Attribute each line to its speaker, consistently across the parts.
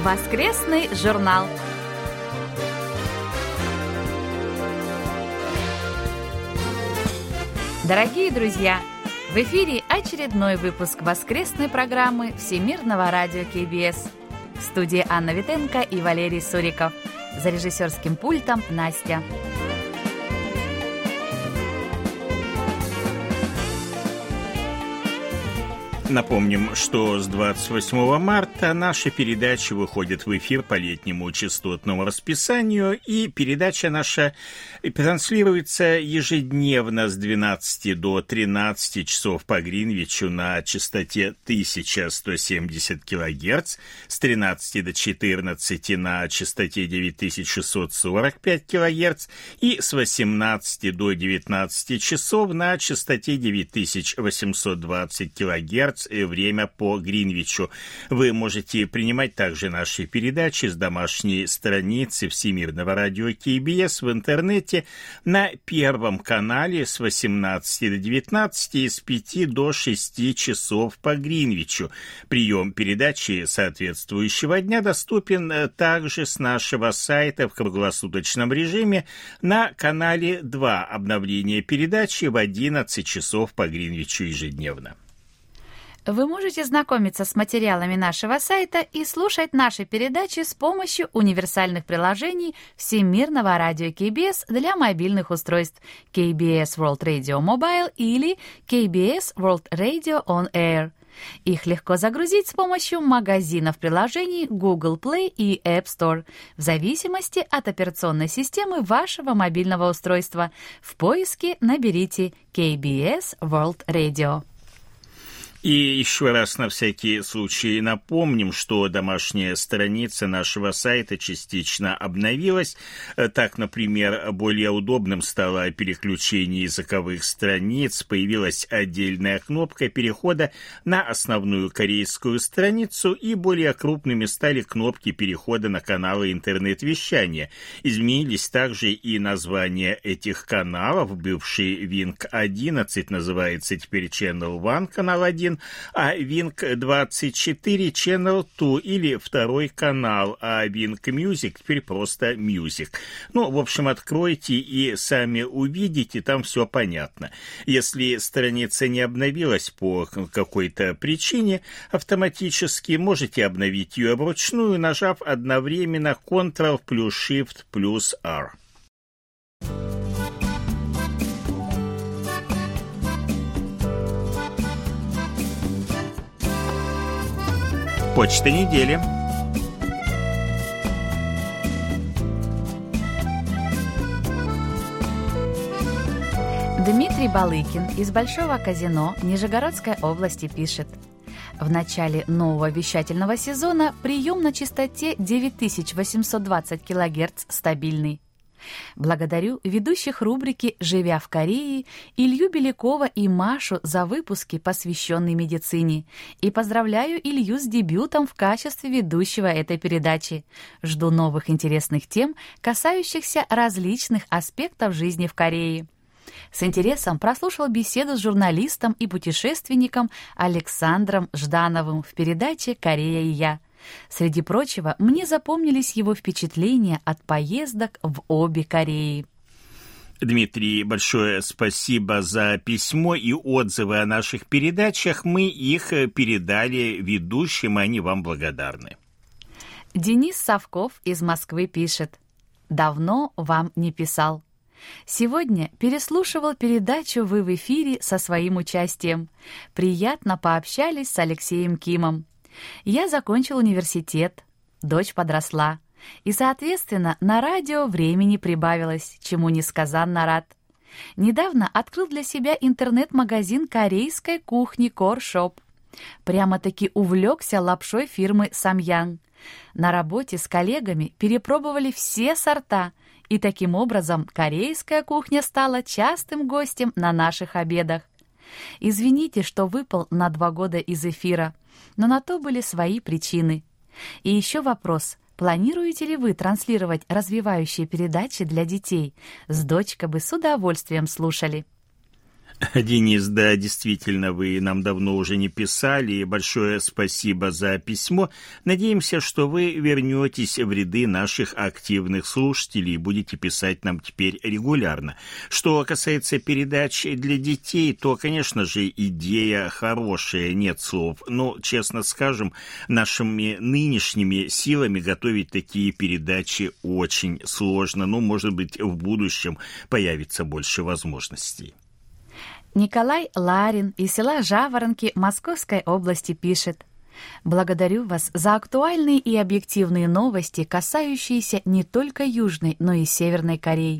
Speaker 1: Воскресный журнал. Дорогие друзья, в эфире очередной выпуск воскресной программы Всемирного радио КБС. В студии Анна Витенко и Валерий Суриков. За режиссерским пультом Настя.
Speaker 2: Напомним, что с 28 марта наша передача выходит в эфир по летнему частотному расписанию, и передача наша транслируется ежедневно с 12 до 13 часов по Гринвичу на частоте 1170 кГц, с 13 до 14 на частоте 9645 кГц и с 18 до 19 часов на частоте 9820 кГц. Время по Гринвичу. Вы можете принимать также наши передачи с домашней страницы Всемирного радио КБС в интернете на Первом канале с 18 до 19 и с 5 до 6 часов по Гринвичу. Прием передачи соответствующего дня доступен также с нашего сайта в круглосуточном режиме на канале 2. Обновление передачи в 11 часов по Гринвичу ежедневно.
Speaker 1: Вы можете знакомиться с материалами нашего сайта и слушать наши передачи с помощью универсальных приложений Всемирного радио КБС для мобильных устройств KBS World Radio Mobile или KBS World Radio On Air. Их легко загрузить с помощью магазинов приложений Google Play и App Store в зависимости от операционной системы вашего мобильного устройства. В поиске наберите KBS World Radio.
Speaker 2: И еще раз на всякий случай напомним, что домашняя страница нашего сайта частично обновилась. Так, например, более удобным стало переключение языковых страниц, появилась отдельная кнопка перехода на основную корейскую страницу, и более крупными стали кнопки перехода на каналы интернет-вещания. Изменились также и названия этих каналов. Бывший Wink 11 называется теперь Channel One, канал 1, а Wink 24 Channel 2 или второй канал, а Wink Music теперь просто Music. Ну, в общем, откройте и сами увидите, там все понятно. Если страница не обновилась по какой-то причине, автоматически можете обновить ее вручную, нажав одновременно Ctrl плюс Shift плюс R. Почта недели.
Speaker 1: Дмитрий Балыкин из Большого Казино Нижегородской области пишет: в начале нового вещательного сезона прием на частоте 9820 кГц стабильный. Благодарю ведущих рубрики «Живя в Корее» Илью Белякова и Машу за выпуски, посвященные медицине, и поздравляю Илью с дебютом в качестве ведущего этой передачи. Жду новых интересных тем, касающихся различных аспектов жизни в Корее. С интересом прослушал беседу с журналистом и путешественником Александром Ждановым в передаче «Корея и я». Среди прочего, мне запомнились его впечатления от поездок в обе Кореи.
Speaker 2: Дмитрий, большое спасибо за письмо и отзывы о наших передачах. Мы их передали ведущим, и они вам благодарны.
Speaker 1: Денис Совков из Москвы пишет: «Давно вам не писал. Сегодня переслушивал передачу «Вы в эфире» со своим участием. Приятно пообщались с Алексеем Кимом. Я закончил университет, дочь подросла, и, соответственно, на радио времени прибавилось, чему несказанно рад. Недавно открыл для себя интернет-магазин корейской кухни Коршоп. Прямо-таки увлекся лапшой фирмы Самьян. На работе с коллегами перепробовали все сорта, и таким образом корейская кухня стала частым гостем на наших обедах. Извините, что выпал на 2 года из эфира, но на то были свои причины. И еще вопрос: планируете ли вы транслировать развивающие передачи для детей? С дочкой бы с удовольствием слушали.
Speaker 2: Денис, да, действительно, вы нам давно уже не писали. Большое спасибо за письмо. Надеемся, что вы вернетесь в ряды наших активных слушателей и будете писать нам теперь регулярно. Что касается передач для детей, то, конечно же, идея хорошая, нет слов. Но, честно скажем, нашими нынешними силами готовить такие передачи очень сложно. Но, может быть, в будущем появится больше возможностей.
Speaker 1: Николай Ларин из села Жаворонки Московской области пишет: «Благодарю вас за актуальные и объективные новости, касающиеся не только Южной, но и Северной Кореи,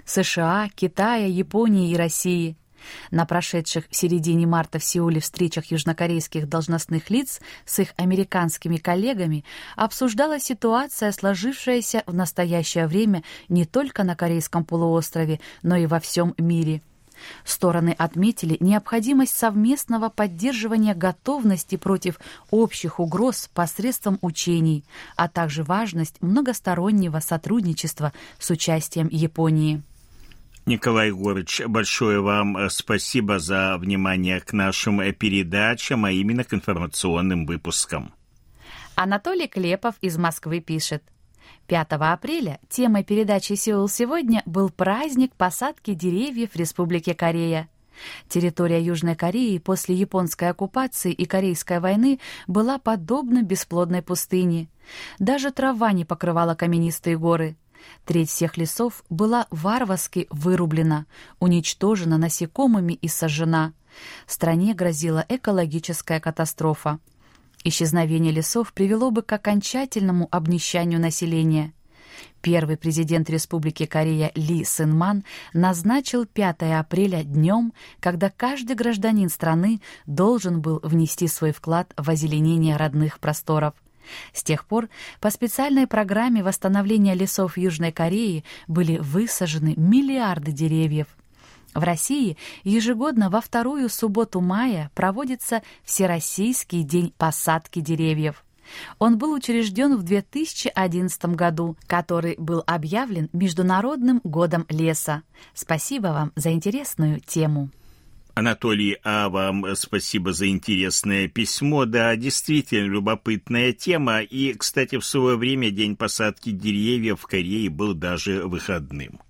Speaker 1: США, Китая, Японии и России. На прошедших в середине марта в Сеуле встречах южнокорейских должностных лиц с их американскими коллегами обсуждалась ситуация, сложившаяся в настоящее время не только на Корейском полуострове, но и во всем мире. Стороны отметили необходимость совместного поддерживания готовности против общих угроз посредством учений, а также важность многостороннего сотрудничества с участием Японии».
Speaker 2: Николай Егорович, большое вам спасибо за внимание к нашим передачам, а именно к информационным выпускам.
Speaker 1: Анатолий Клепов из Москвы пишет: 5 апреля темой передачи «Сеул сегодня» был праздник посадки деревьев в Республике Корея. Территория Южной Кореи после японской оккупации и Корейской войны была подобна бесплодной пустыне. Даже трава не покрывала каменистые горы. Треть всех лесов была варварски вырублена, уничтожена насекомыми и сожжена. Стране грозила экологическая катастрофа. Исчезновение лесов привело бы к окончательному обнищанию населения. Первый президент Республики Корея Ли Сын-ман назначил 5 апреля днем, когда каждый гражданин страны должен был внести свой вклад в озеленение родных просторов. С тех пор по специальной программе восстановления лесов Южной Кореи были высажены миллиарды деревьев. В России ежегодно во вторую субботу мая проводится Всероссийский день посадки деревьев. Он был учрежден в 2011 году, который был объявлен Международным годом леса. Спасибо вам за интересную тему.
Speaker 2: Анатолий, а вам спасибо за интересное письмо. Да, действительно любопытная тема. И, кстати, в свое время день посадки деревьев в Корее был даже выходным.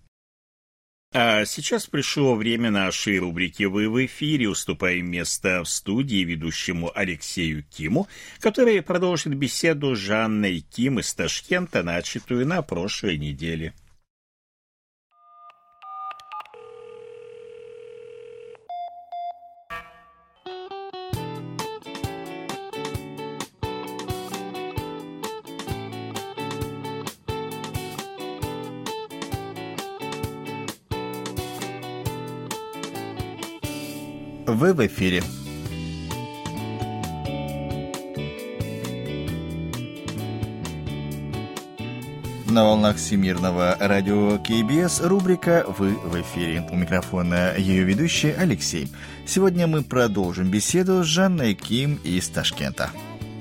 Speaker 2: А сейчас пришло время нашей рубрики «Вы в эфире». Уступаем место в студии ведущему Алексею Киму, который продолжит беседу с Жанной Ким из Ташкента, начатую на прошлой неделе.
Speaker 3: Вы в эфире. На волнах Всемирного радио КБС рубрика «Вы в эфире». У микрофона ее ведущий Алексей. Сегодня мы продолжим беседу с Жанной Ким из Ташкента.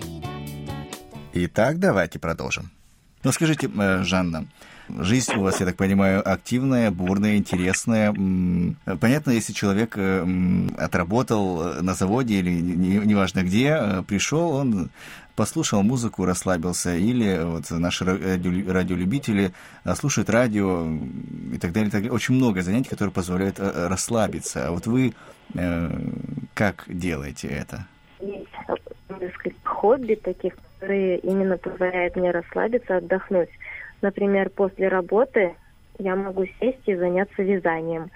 Speaker 3: Итак, давайте продолжим. Ну, скажите, Жанна, жизнь у вас, я так понимаю, активная, бурная, интересная. Понятно, если человек отработал на заводе или неважно где, пришел, он послушал музыку, расслабился, или вот наши радиолюбители слушают радио и так далее, так далее. Очень много занятий, которые позволяют расслабиться. А вот вы как делаете это?
Speaker 4: Есть несколько хобби таких, которые именно позволяют мне расслабиться, отдохнуть. Например, после работы я могу сесть и заняться вязанием.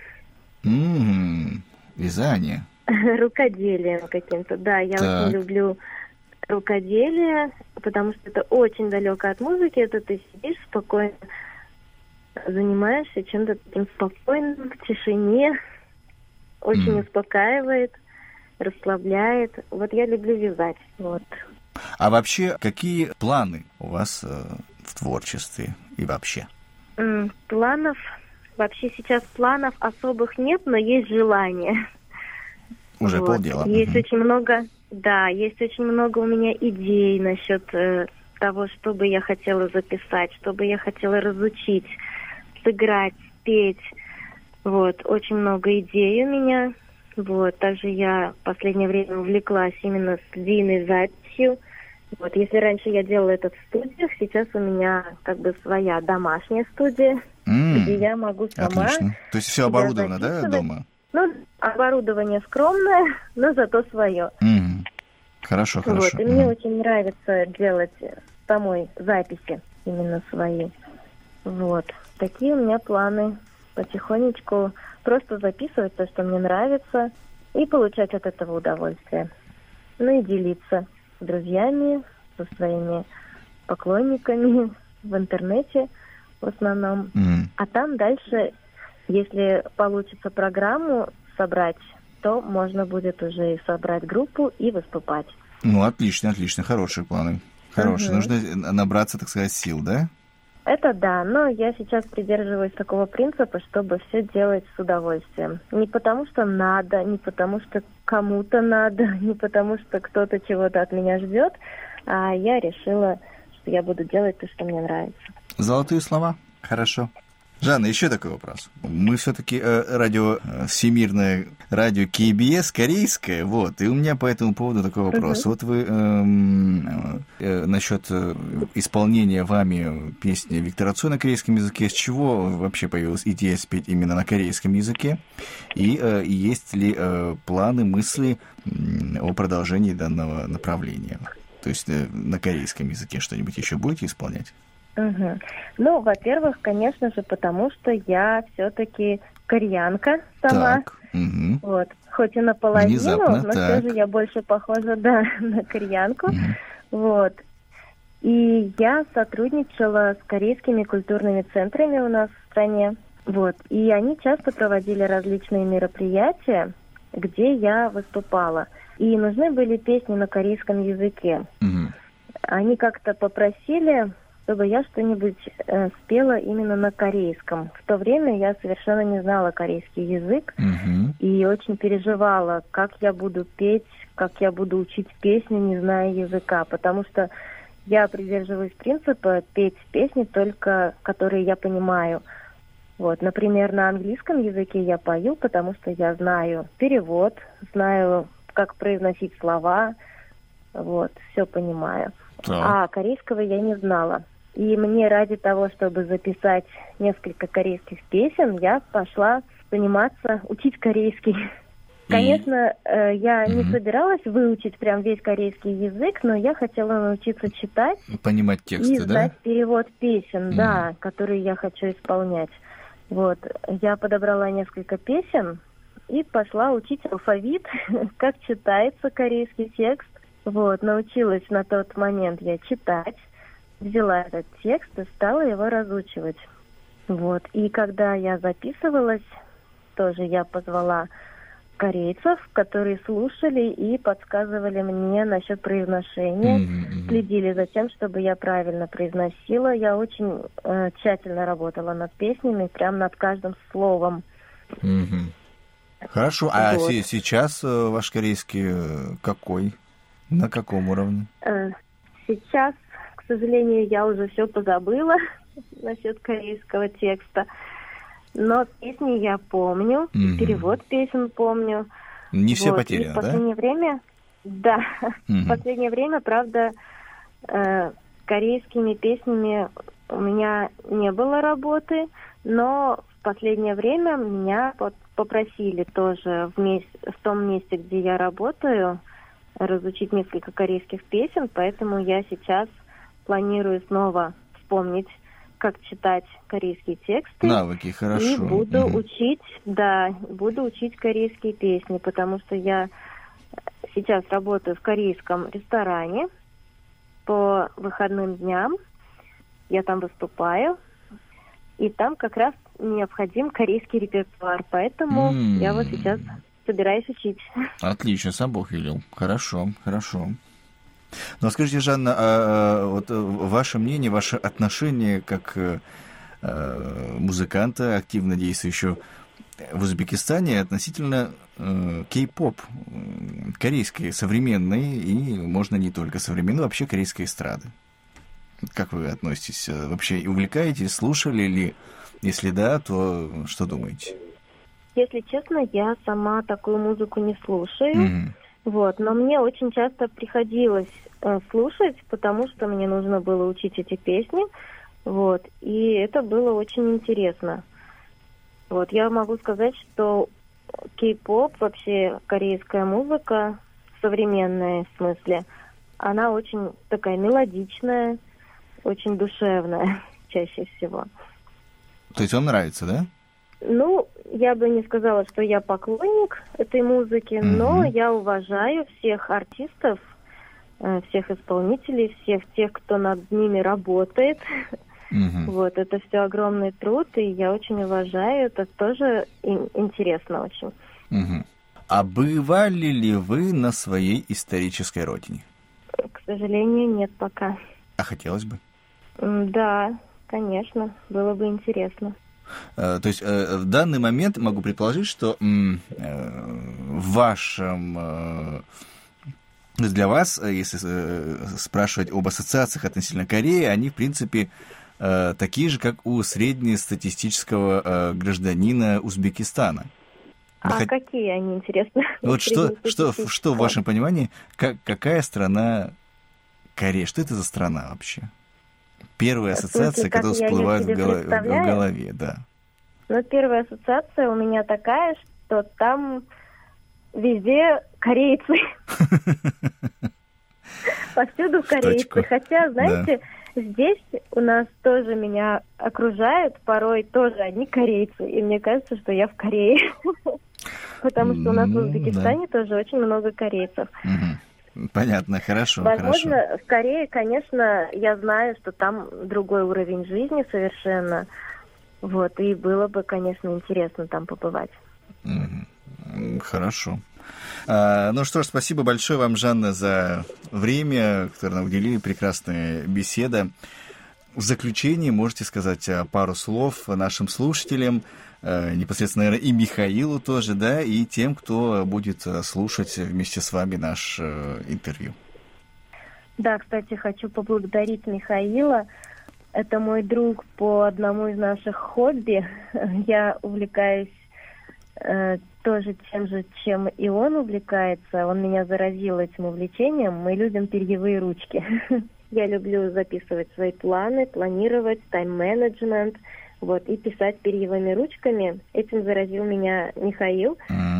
Speaker 3: Вязание?
Speaker 4: Рукоделием каким-то, да. Я очень люблю рукоделие, потому что это очень далеко от музыки. Это ты сидишь спокойно, занимаешься чем-то таким спокойным, в тишине. Очень успокаивает, расслабляет. Вот я люблю вязать. Вот.
Speaker 3: А вообще, какие планы у вас в творчестве и вообще?
Speaker 4: Планов? Вообще сейчас планов особых нет, но есть желание.
Speaker 3: Уже вот. Полдела.
Speaker 4: Есть очень много, да, есть очень много у меня идей насчет того, что бы я хотела записать, что бы я хотела разучить, сыграть, спеть. Вот, очень много идей у меня. Вот. Также я в последнее время увлеклась именно студийной записью. Вот. Если раньше я делала это в студиях, сейчас у меня как бы своя домашняя студия, где я могу сама...
Speaker 3: Отлично. То есть все оборудовано, да, дома?
Speaker 4: Ну, оборудование скромное, но зато свое.
Speaker 3: Хорошо, хорошо.
Speaker 4: Вот. И мне очень нравится делать самой записи, именно свои. Вот. Такие у меня планы. Потихонечку просто записывать то, что мне нравится, и получать от этого удовольствие. Ну и делиться с друзьями, со своими поклонниками в интернете в основном. А там дальше, если получится программу собрать, то можно будет уже и собрать группу и выступать.
Speaker 3: Ну, отлично, отлично. Хорошие планы. Хорошие. Нужно набраться, так сказать, сил, да?
Speaker 4: Это да, но я сейчас придерживаюсь такого принципа, чтобы все делать с удовольствием. Не потому что надо, не потому что кому-то надо, не потому что кто-то чего-то от меня ждет, а я решила, что я буду делать то, что мне нравится.
Speaker 3: Золотые слова. Хорошо. Жанна, еще такой вопрос. Мы все-таки радио, всемирное радио КБС, корейское, вот, и у меня по этому поводу такой вопрос. Вот вы насчет исполнения вами песни Виктора Цоя на корейском языке, с чего вообще появилась идея спеть именно на корейском языке? И есть ли планы, мысли о продолжении данного направления? То есть на корейском языке что-нибудь еще будете исполнять?
Speaker 4: Ну, во-первых, конечно же, потому что я все-таки кореянка сама.
Speaker 3: Так.
Speaker 4: Вот. Хоть и наполовину,
Speaker 3: Внезапно,
Speaker 4: но все же я больше похожа, да, на кореянку. Вот. И я сотрудничала с корейскими культурными центрами у нас в стране. Вот. И они часто проводили различные мероприятия, где я выступала. И нужны были песни на корейском языке. Они как-то попросили, чтобы я что-нибудь спела именно на корейском. В то время я совершенно не знала корейский язык и очень переживала, как я буду петь, как я буду учить песни, не зная языка, потому что я придерживаюсь принципа петь песни только, которые я понимаю. Вот, например, на английском языке я пою, потому что я знаю перевод, знаю, как произносить слова, вот, все понимаю. А корейского я не знала. И мне ради того, чтобы записать несколько корейских песен, я пошла заниматься, учить корейский. Конечно, я не собиралась выучить прям весь корейский язык, но я хотела научиться читать.
Speaker 3: Понимать тексты,
Speaker 4: и знать перевод песен, да, которые я хочу исполнять. Вот, я подобрала несколько песен и пошла учить алфавит, как читается корейский текст. Вот, научилась на тот момент я читать. Взяла этот текст и стала его разучивать. Вот. И когда я записывалась, тоже я позвала корейцев, которые слушали и подсказывали мне насчет произношения, следили за тем, чтобы я правильно произносила. Я очень тщательно работала над песнями, прям над каждым словом.
Speaker 3: Хорошо. А сейчас ваш корейский какой? На каком уровне?
Speaker 4: Сейчас, к сожалению, я уже все позабыла насчет корейского текста. Но песни я помню, перевод песен помню.
Speaker 3: Не все потеряно, да?
Speaker 4: В последнее время, да, в последнее время, правда, с корейскими песнями у меня не было работы, но в последнее время меня попросили тоже в том месте, где я работаю, разучить несколько корейских песен, поэтому я сейчас планирую снова вспомнить, как читать корейские тексты.
Speaker 3: Навыки, хорошо.
Speaker 4: И буду учить корейские песни, потому что я сейчас работаю в корейском ресторане по выходным дням. Я там выступаю, и там как раз необходим корейский репертуар, поэтому я вот сейчас собираюсь учить.
Speaker 3: Отлично, сам Бог велел. Хорошо, хорошо. Ну, а скажите, Жанна, вот ваше мнение, ваше отношение как музыканта, активно действующего в Узбекистане, относительно кей-поп, корейской, современной, и можно не только современной, вообще корейской эстрады. Как вы относитесь? Вообще увлекаетесь, слушали ли? Если да, то что думаете?
Speaker 4: Если честно, я сама такую музыку не слушаю.
Speaker 3: Мгм.
Speaker 4: Вот, но мне очень часто приходилось слушать, потому что мне нужно было учить эти песни. Вот, и это было очень интересно. Вот, я могу сказать, что кей-поп, вообще корейская музыка, современная в смысле, она очень такая мелодичная, очень душевная чаще всего.
Speaker 3: То есть вам нравится, да?
Speaker 4: Ну, я бы не сказала, что я поклонник этой музыки, но я уважаю всех артистов, всех исполнителей, всех тех, кто над ними работает.
Speaker 3: Мгм.
Speaker 4: Вот, это все огромный труд, и я очень уважаю, это тоже интересно очень.
Speaker 3: Мгм. А бывали ли вы на своей исторической родине?
Speaker 4: К сожалению, нет пока.
Speaker 3: А хотелось бы?
Speaker 4: Да, конечно, было бы интересно.
Speaker 3: То есть в данный момент могу предположить, что в вашем... Для вас, если спрашивать об ассоциациях относительно Кореи, они, в принципе, такие же, как у среднестатистического гражданина Узбекистана.
Speaker 4: А какие они, интересно?
Speaker 3: Вот что в вашем понимании, какая страна Корея? Что это за страна вообще? Первая ассоциация, которая всплывает в голове, да.
Speaker 4: Ну, первая ассоциация у меня такая, что там везде корейцы. Повсюду корейцы. Хотя, знаете, здесь у нас тоже меня окружают порой тоже одни корейцы. И мне кажется, что я в Корее. Потому что у нас в Узбекистане тоже очень много корейцев.
Speaker 3: Понятно, хорошо.
Speaker 4: Возможно, в Корее, конечно, я знаю, что там другой уровень жизни совершенно. Вот, и было бы, конечно, интересно там побывать.
Speaker 3: Хорошо. Ну что ж, спасибо большое вам, Жанна, за время, которое нам уделили, прекрасная беседа. В заключение можете сказать пару слов нашим слушателям, непосредственно, наверное, и Михаилу тоже, да, и тем, кто будет слушать вместе с вами наш интервью.
Speaker 4: Да, кстати, хочу поблагодарить Михаила. Это мой друг по одному из наших хобби. Я увлекаюсь тоже тем же, чем и он увлекается. Он меня заразил этим увлечением. Мы любим перьевые ручки. Я люблю записывать свои планы, планировать, тайм-менеджмент, вот, и писать перьевыми ручками. Этим заразил меня Михаил.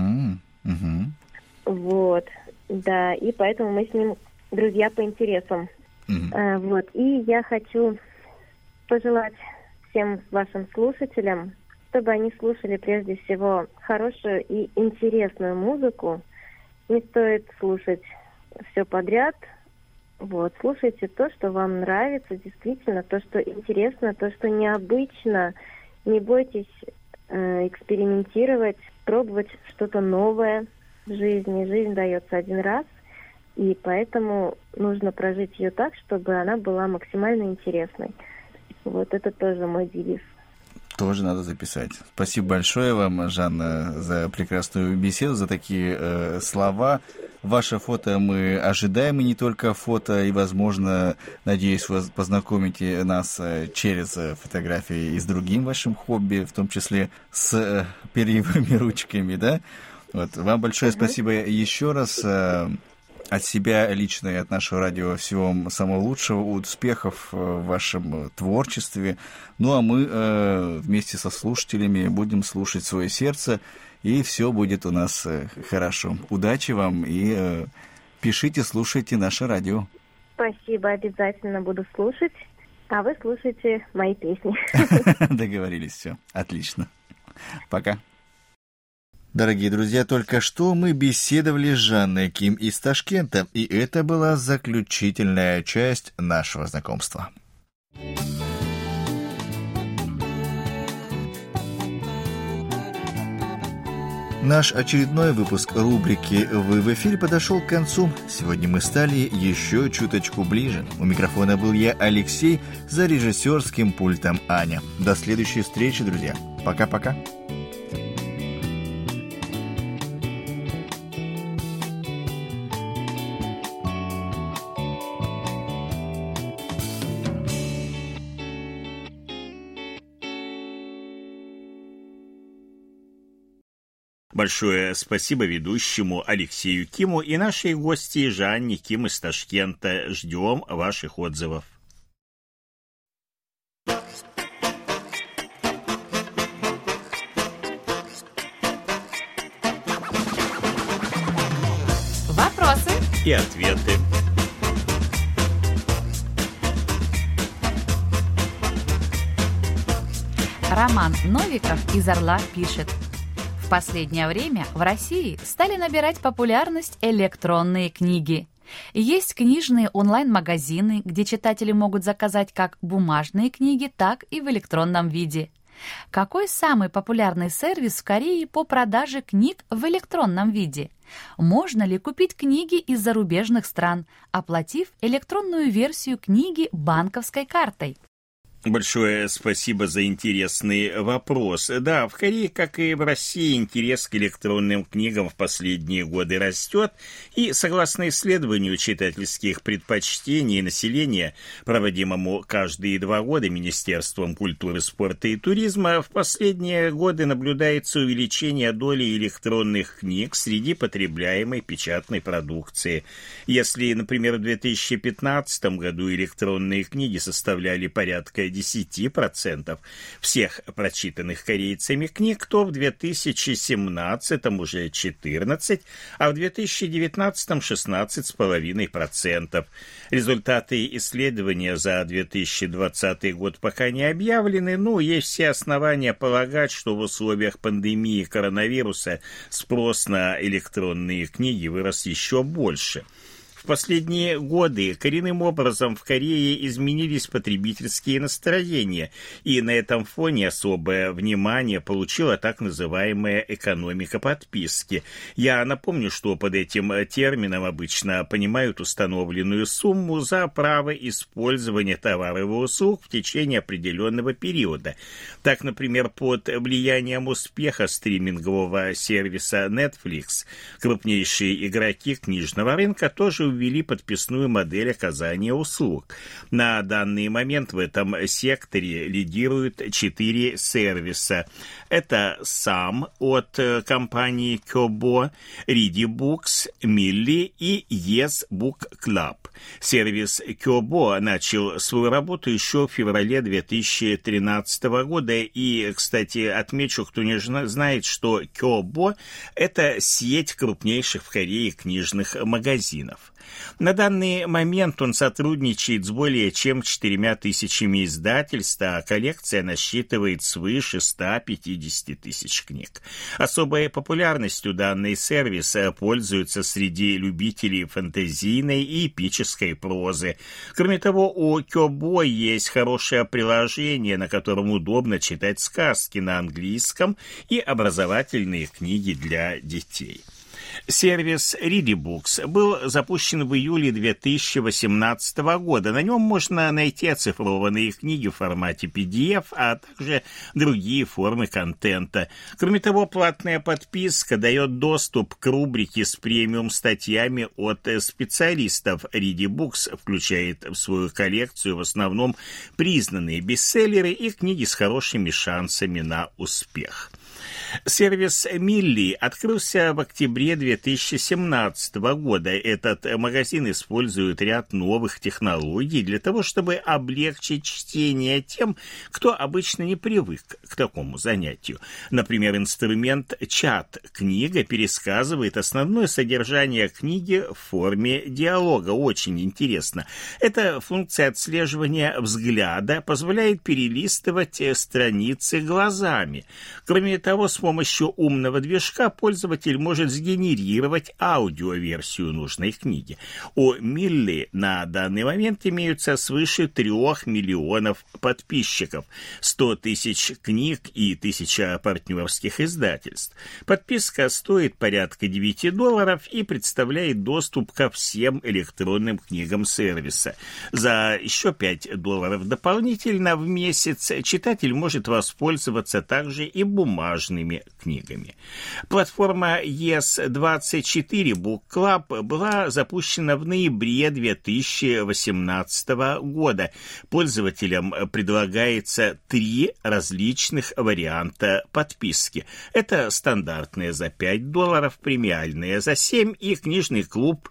Speaker 4: Вот, да, и поэтому мы с ним друзья по интересам. Вот, и я хочу пожелать всем вашим слушателям, чтобы они слушали прежде всего хорошую и интересную музыку. Не стоит слушать все подряд. Вот, слушайте то, что вам нравится, действительно, то, что интересно, то, что необычно. Не бойтесь экспериментировать, пробовать что-то новое в жизни. Жизнь дается один раз, и поэтому нужно прожить ее так, чтобы она была максимально интересной. Вот это тоже мой девиз.
Speaker 3: Тоже надо записать. Спасибо большое вам, Жанна, за прекрасную беседу, за такие слова. Ваше фото мы ожидаем, и не только фото, и, возможно, надеюсь, вы познакомите нас через фотографии и с другим вашим хобби, в том числе с перьевыми ручками, да? Вот. Вам большое спасибо еще раз. От себя лично и от нашего радио всего вам самого лучшего, успехов в вашем творчестве. Ну, а мы вместе со слушателями будем слушать свое сердце, и все будет у нас хорошо. Удачи вам, и пишите, слушайте наше радио.
Speaker 4: Спасибо, обязательно буду слушать, а вы слушайте мои песни.
Speaker 3: Договорились, все. Отлично. Пока. Дорогие друзья, только что мы беседовали с Жанной Ким из Ташкента, и это была заключительная часть нашего знакомства. Наш очередной выпуск рубрики «Вы в эфире» подошел к концу. Сегодня мы стали еще чуточку ближе. У микрофона был я, Алексей, за режиссерским пультом Аня. До следующей встречи, друзья. Пока-пока.
Speaker 2: Большое спасибо ведущему Алексею Киму и нашей гости Жанне Ким из Ташкента. Ждем ваших отзывов.
Speaker 1: Вопросы
Speaker 2: и ответы.
Speaker 1: Роман Новиков из Орла пишет. В последнее время в России стали набирать популярность электронные книги. Есть книжные онлайн-магазины, где читатели могут заказать как бумажные книги, так и в электронном виде. Какой самый популярный сервис в Корее по продаже книг в электронном виде? Можно ли купить книги из зарубежных стран, оплатив электронную версию книги банковской картой?
Speaker 2: Большое спасибо за интересный вопрос. Да, в Корее, как и в России, интерес к электронным книгам в последние годы растет, и, согласно исследованию читательских предпочтений населения, проводимому каждые 2 года Министерством культуры, спорта и туризма, в последние годы наблюдается увеличение доли электронных книг среди потребляемой печатной продукции. Если, например, в 2015 году электронные книги составляли порядка 10% всех прочитанных корейцами книг, то в 2017 уже 14%, а в 2019 16,5%. Результаты исследования за 2020 год пока не объявлены, но есть все основания полагать, что в условиях пандемии коронавируса спрос на электронные книги вырос еще больше. В последние годы коренным образом в Корее изменились потребительские настроения, и на этом фоне особое внимание получила так называемая экономика подписки. Я напомню, что под этим термином обычно понимают установленную сумму за право использования товаров и услуг в течение определенного периода. Так, например, под влиянием успеха стримингового сервиса Netflix крупнейшие игроки книжного рынка тоже ввели подписную модель оказания услуг. На данный момент в этом секторе лидируют 4 сервиса. Это SAM от компании Kyobo, Ready Books, Milli и Yes Book Club. Сервис Kyobo начал свою работу еще в феврале 2013 года. И, кстати, отмечу, кто не знает, что Kyobo – это сеть крупнейших в Корее книжных магазинов. На данный момент он сотрудничает с более чем 4000 издательств, а коллекция насчитывает свыше 150 тысяч книг. Особой популярностью данный сервис пользуется среди любителей фэнтезийной и эпической прозы. Кроме того, у Kyobo есть хорошее приложение, на котором удобно читать сказки на английском и образовательные книги для детей. Сервис Ready Books был запущен в июле 2018 года. На нем можно найти оцифрованные книги в формате PDF, а также другие формы контента. Кроме того, платная подписка дает доступ к рубрике с премиум-статьями от специалистов. Ready Books включает в свою коллекцию в основном признанные бестселлеры и книги с хорошими шансами на успех. Сервис Milli открылся в октябре 2017 года. Этот магазин использует ряд новых технологий для того, чтобы облегчить чтение тем, кто обычно не привык к такому занятию. Например, инструмент чат-книга пересказывает основное содержание книги в форме диалога. Очень интересно. Эта функция отслеживания взгляда позволяет перелистывать страницы глазами. Кроме того, с помощью умного движка пользователь может сгенерировать аудиоверсию нужной книги. У Milli на данный момент имеются свыше 3 миллионов подписчиков, 100 тысяч книг и 1000 партнерских издательств. Подписка стоит порядка $9 и представляет доступ ко всем электронным книгам сервиса. За еще $5 дополнительно в месяц читатель может воспользоваться также и бумажным бумажными книгами. Платформа Yes24 Book Club была запущена в ноябре 2018 года. Пользователям предлагается 3 различных варианта подписки. Это стандартная за $5, премиальная за 7 и книжный клуб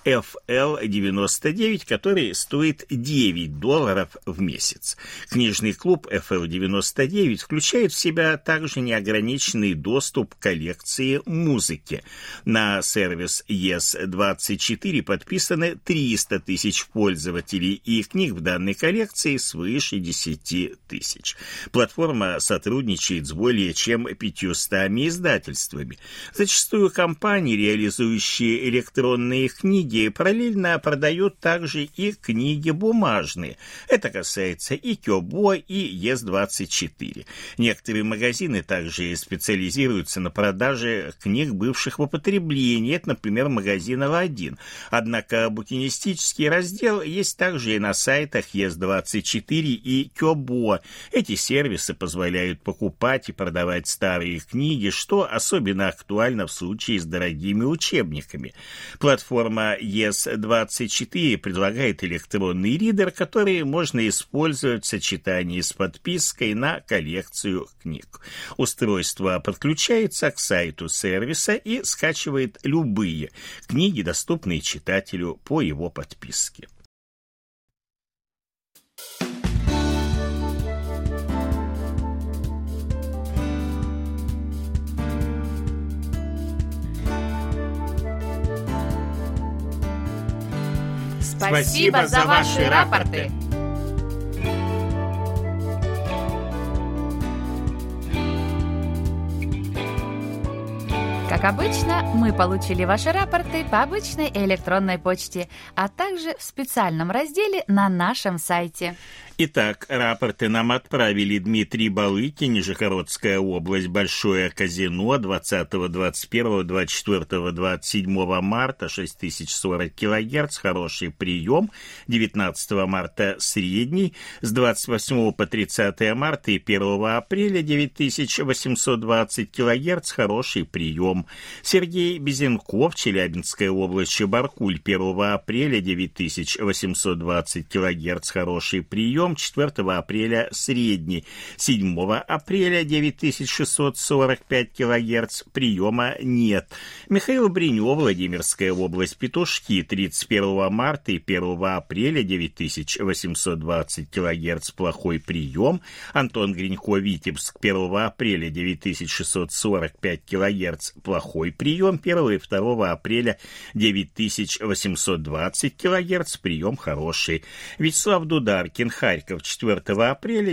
Speaker 2: FL99, который стоит $9 в месяц. Книжный клуб FL99 включает в себя также неограниченный доступ к коллекции музыки. На сервис Yes24 подписаны 300 тысяч пользователей, и книг в данной коллекции свыше 10 тысяч. Платформа сотрудничает с более чем 500 издательствами. Зачастую компании, реализующие электронные книги, параллельно продают также и книги бумажные. Это касается и Кёбо, и Yes24. Некоторые магазины также специализируются на продаже книг, бывших в употреблении. Это, например, магазин Аладдин. Однако букинистический раздел есть также и на сайтах Yes24 и Кёбо. Эти сервисы позволяют покупать и продавать старые книги, что особенно актуально в случае с дорогими учебниками. Платформа Yes24 предлагает электронный ридер, который можно использовать в сочетании с подпиской на коллекцию книг. Устройство подключается к сайту сервиса и скачивает любые книги, доступные читателю по его подписке.
Speaker 1: Спасибо за ваши рапорты. Как обычно, мы получили ваши рапорты по обычной электронной почте, а также в специальном разделе на нашем сайте.
Speaker 2: Итак, рапорты нам отправили Дмитрий Балыкин, Нижегородская область, Большое Казино, 20, 21, 24, 27 марта, 6040 кГц, хороший прием, 19 марта средний, с 28 по 30 марта и 1 апреля 9820 кГц, хороший прием. Сергей Безенков, Челябинская область, Чебаркуль, 1 апреля 9820 кГц, хороший прием, 4 апреля средний, 7 апреля 9645 кГц, приема нет. Михаил Бринев, Владимирская область, Петушки, 31 марта и 1 апреля 9820 кГц, плохой прием. Антон Гринько, Витебск, 1 апреля 9645 кГц, плохой прием. 1 и 2 апреля 9820 кГц, прием хороший. Вячеслав Дударкин, Харьков, 4 апреля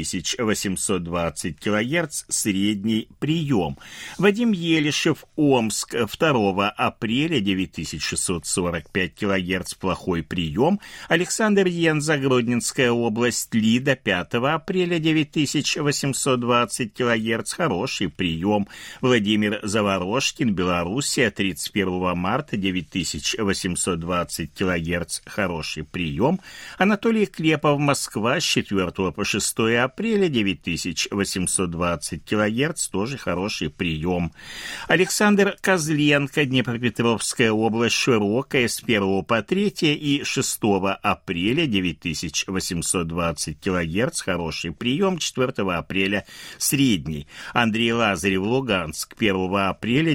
Speaker 2: 9820 кГц, средний прием. Вадим Елишев, Омск, 2 апреля 9645 кГц, плохой прием. Александр Енза, Гродненская область, Лида, 5 апреля 9820 кГц, хороший прием. Владимир Заворожкин, Белоруссия, 31 марта 9820 кГц, хороший прием. Анатолий Клепов, Москва, с 4 по 6 апреля 9820 кГц, тоже хороший прием. Александр Козленко, Днепропетровская область, Широкая, с 1 по 3 и 6 апреля 9820 кГц, хороший прием. 4 апреля средний. Андрей Лазарев, Луганск, 1 апреля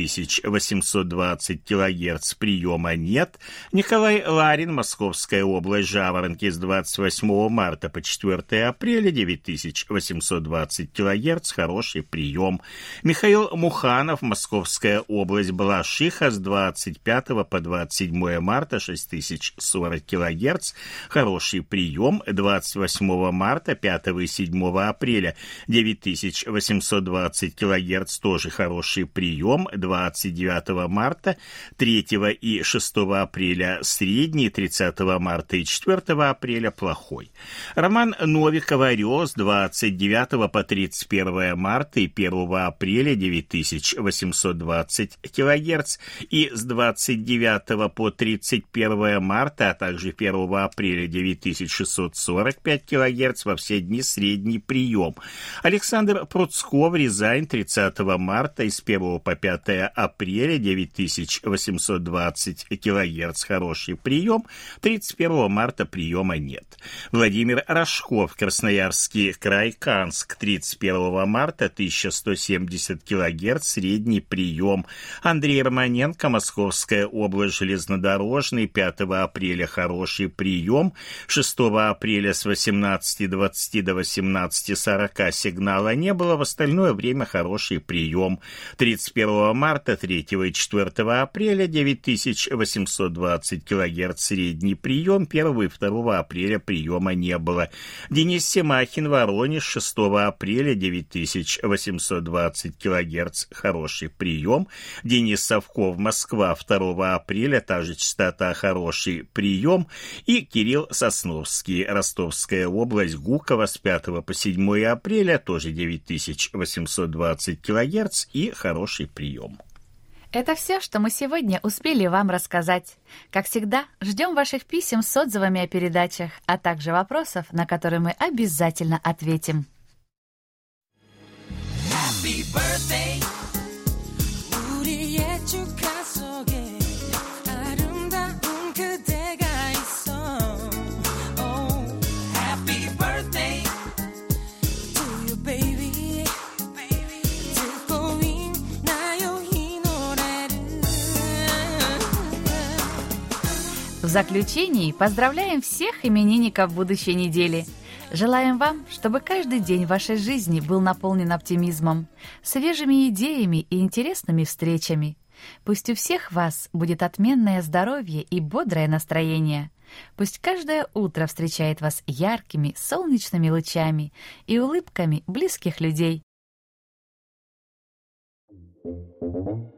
Speaker 2: 9820 кГц, приема нет. Николай Ларин, Московская область, Жаворонки, с 28 марта по 4 апреля 9820 кГц, хороший прием. Михаил Муханов, Московская область, Балашиха, с 25 по 27 марта 6040 кГц, хороший прием. 28 марта, 5 и 7 апреля 9820 кГц, тоже хороший прием. прием, 29 марта, 3 и 6 апреля средний, 30 марта и 4 апреля плохой. Роман Новикова «Орел» с 29 по 31 марта и 1 апреля 9820 кГц и с 29 по 31 марта, а также 1 апреля 9645 кГц во все дни средний прием. Александр Пруцков, Рязань, 30 марта и с 1 по 5 апреля 9820 кГц хороший прием, 31 марта приема нет. Владимир Рожков, Красноярский край, Канск, 31 марта 1170 кГц средний прием. Андрей Романенко, Московская область, железнодорожный, 5 апреля хороший прием, 6 апреля с 18:20 до 18:40 сигнала не было, в остальное время хороший прием. 31 марта, 3 и 4 апреля 9820 кГц средний прием, 1 и 2 апреля приема не было. Денис Семахин, Воронеж, 6 апреля 9820 кГц хороший прием. Денис Совков, Москва, 2 апреля та же частота хороший прием. И Кирилл Сосновский, Ростовская область, Гуково, с 5 по 7 апреля тоже 9820 кГц и хороший прием.
Speaker 1: Это все, что мы сегодня успели вам рассказать. Как всегда, ждем ваших писем с отзывами о передачах, а также вопросов, на которые мы обязательно ответим. Happy birthday. В заключении поздравляем всех именинников будущей недели. Желаем вам, чтобы каждый день вашей жизни был наполнен оптимизмом, свежими идеями и интересными встречами. Пусть у всех вас будет отменное здоровье и бодрое настроение. Пусть каждое утро встречает вас яркими солнечными лучами и улыбками близких людей.